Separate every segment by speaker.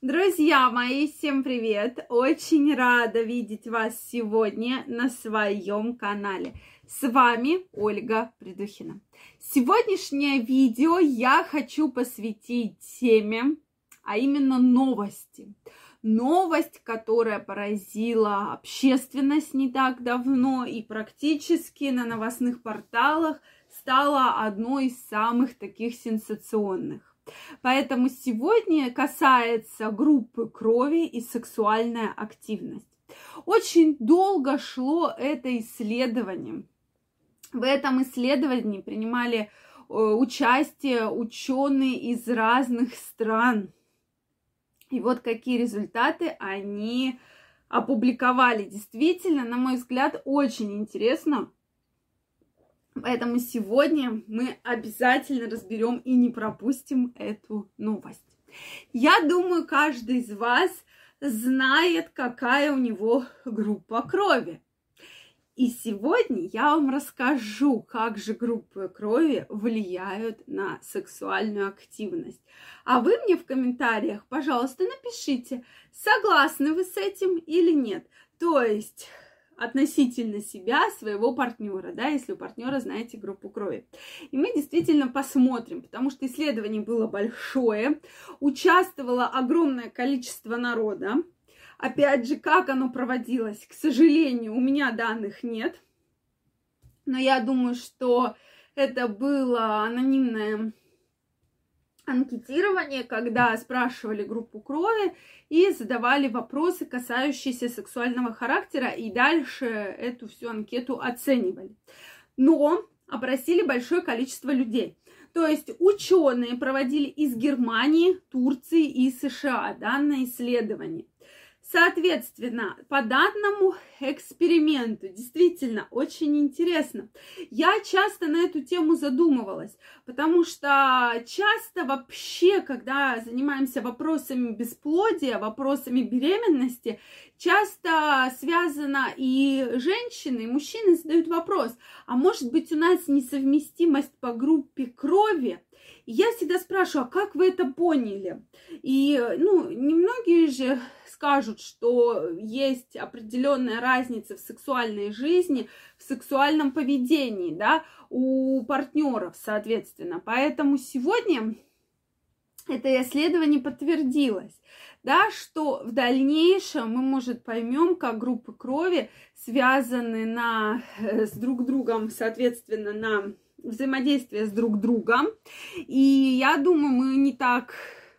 Speaker 1: Друзья мои, всем привет! Очень рада видеть вас сегодня на своем канале. С вами Ольга Придухина. Сегодняшнее видео я хочу посвятить теме, а именно новости. Новость, которая поразила общественность не так давно и практически на новостных порталах стала одной из самых таких сенсационных. Поэтому сегодня касается группы крови и сексуальная активность. Очень долго шло это исследование. В этом исследовании принимали участие ученые из разных стран. И вот какие результаты они опубликовали. Действительно, на мой взгляд, очень интересно. Поэтому сегодня мы обязательно разберем и не пропустим эту новость. Я думаю, каждый из вас знает, какая у него группа крови. И сегодня я вам расскажу, как же группы крови влияют на сексуальную активность. А вы мне в комментариях, пожалуйста, напишите, согласны вы с этим или нет. То есть относительно себя, своего партнера, да, если у партнера знаете группу крови. И мы действительно посмотрим, потому что исследование было большое, участвовало огромное количество народа. Опять же, как оно проводилось, к сожалению, у меня данных нет, но я думаю, что это было анонимное анкетирование, когда спрашивали группу крови и задавали вопросы, касающиеся сексуального характера, и дальше эту всю анкету оценивали. Но опросили большое количество людей. То есть ученые проводили из Германии, Турции и США данное исследование. Соответственно, по данному эксперименту, действительно, очень интересно. Я часто на эту тему задумывалась, потому что часто вообще, когда занимаемся вопросами бесплодия, вопросами беременности, часто связано и женщины, и мужчины задают вопрос, а может быть у нас несовместимость по группе крови? И я всегда спрашиваю, а как вы это поняли? И, немногие же скажут, что есть определенная разница в сексуальной жизни, в сексуальном поведении, да, у партнеров, соответственно. Поэтому сегодня это исследование подтвердилось, да, что в дальнейшем мы, может, поймем, как группы крови связаны с друг другом, соответственно, на взаимодействие с друг другом. И я думаю, мы не так,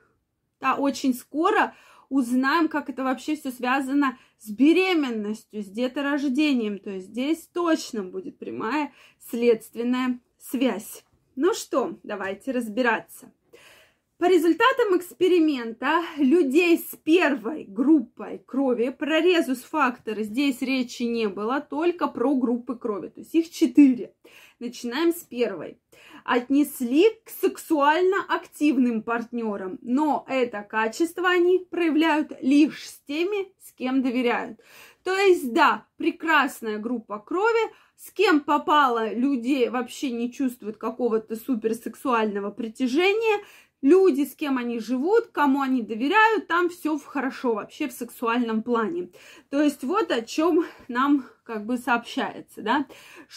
Speaker 1: очень скоро узнаем, как это вообще все связано с беременностью, с деторождением. То есть здесь точно будет прямая следственная связь. Ну что, давайте разбираться. По результатам эксперимента людей с первой группой крови, про резус-факторы здесь речи не было, только про группы крови, то есть их 4. Начинаем с первой. Отнесли к сексуально активным партнерам, но это качество они проявляют лишь с теми, с кем доверяют. То есть, да, прекрасная группа крови, с кем попало, людей вообще не чувствуют какого-то суперсексуального притяжения. Люди, с кем они живут, кому они доверяют, там все хорошо вообще в сексуальном плане. То есть вот о чем нам сообщается, да,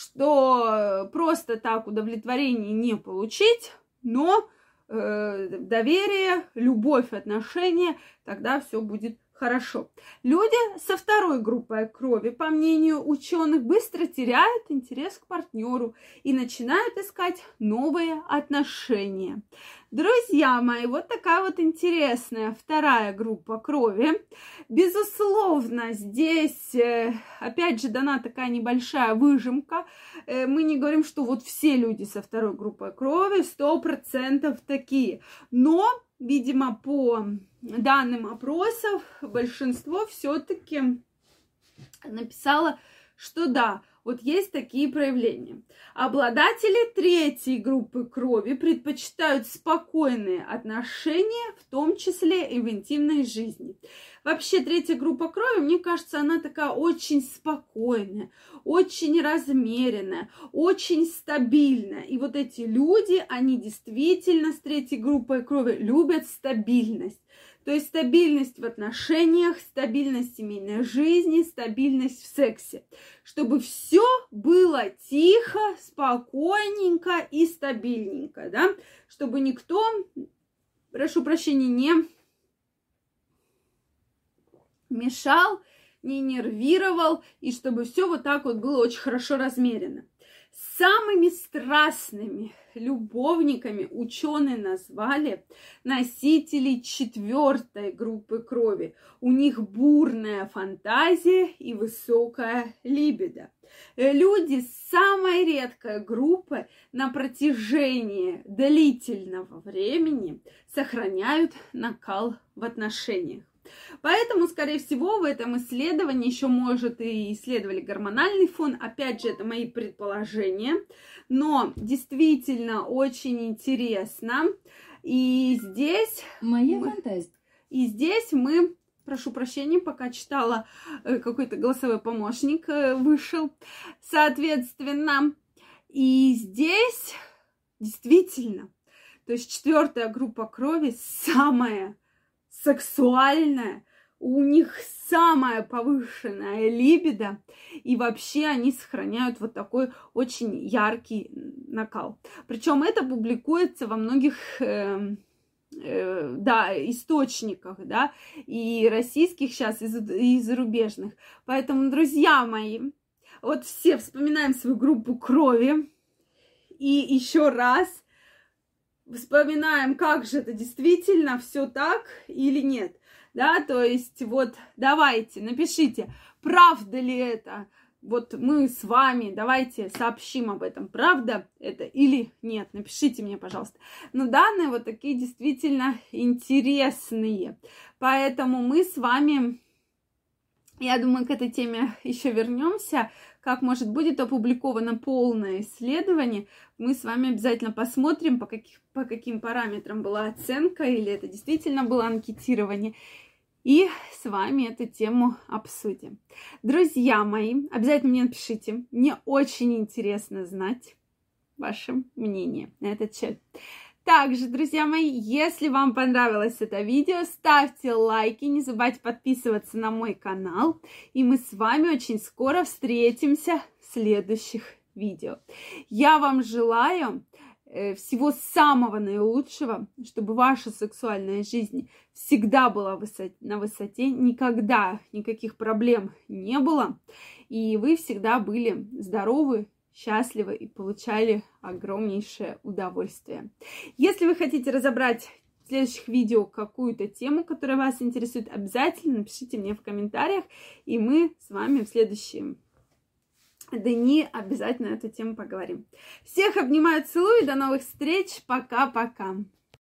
Speaker 1: что просто так удовлетворение не получить, но доверие, любовь, отношения, тогда все будет хорошо. Люди со второй группой крови, по мнению ученых, быстро теряют интерес к партнеру и начинают искать новые отношения. Друзья мои, вот такая вот интересная вторая группа крови. Безусловно, здесь, опять же, дана такая небольшая выжимка. Мы не говорим, что вот все люди со второй группой крови 100% такие. Но, видимо, по данным опросов, большинство все-таки написало, что да, вот есть такие проявления. Обладатели третьей группы крови предпочитают спокойные отношения, в том числе и в интимной жизни. Вообще, третья группа крови, мне кажется, она такая очень спокойная, очень размеренная, очень стабильная. И вот эти люди, они действительно с третьей группой крови любят стабильность. То есть стабильность в отношениях, стабильность в семейной жизни, стабильность в сексе. Чтобы все было тихо, спокойненько и стабильненько, да? Чтобы никто, прошу прощения, не мешал, не нервировал, и чтобы все вот так вот было очень хорошо размерено. Самыми страстными любовниками ученые назвали носителей 4-й группы крови. У них бурная фантазия и высокая либидо. Люди с самой редкой группы на протяжении длительного времени сохраняют накал в отношениях. Поэтому, скорее всего, в этом исследовании еще, может, и исследовали гормональный фон. Опять же, это мои предположения. Но действительно очень интересно. И здесь...
Speaker 2: Моя фантазия.
Speaker 1: И здесь мы... Прошу прощения, пока читала, какой-то голосовой помощник вышел. Соответственно, и здесь действительно, то есть 4-я группа крови самая сексуальная, у них самая повышенная либидо, и вообще они сохраняют вот такой очень яркий накал. Причем это публикуется во многих источниках, да, и российских сейчас, и зарубежных. Поэтому, друзья мои, вот все вспоминаем свою группу крови, и еще раз вспоминаем, как же это действительно все так или нет, да, то есть вот давайте, напишите, правда ли это, вот мы с вами, давайте сообщим об этом, правда это или нет, напишите мне, пожалуйста. Но данные вот такие действительно интересные, поэтому мы с вами, я думаю, к этой теме еще вернемся. Как, может, будет опубликовано полное исследование, мы с вами обязательно посмотрим, по каким параметрам была оценка, или это действительно было анкетирование, и с вами эту тему обсудим. Друзья мои, обязательно мне напишите, мне очень интересно знать ваше мнение на этот счет. Также, друзья мои, если вам понравилось это видео, ставьте лайки, не забывайте подписываться на мой канал. И мы с вами очень скоро встретимся в следующих видео. Я вам желаю всего самого наилучшего, чтобы ваша сексуальная жизнь всегда была на высоте, никогда никаких проблем не было, и вы всегда были здоровы, счастливы и получали огромнейшее удовольствие. Если вы хотите разобрать в следующих видео какую-то тему, которая вас интересует, обязательно напишите мне в комментариях, и мы с вами в следующие дни обязательно эту тему поговорим. Всех обнимаю, целую, до новых встреч, пока-пока!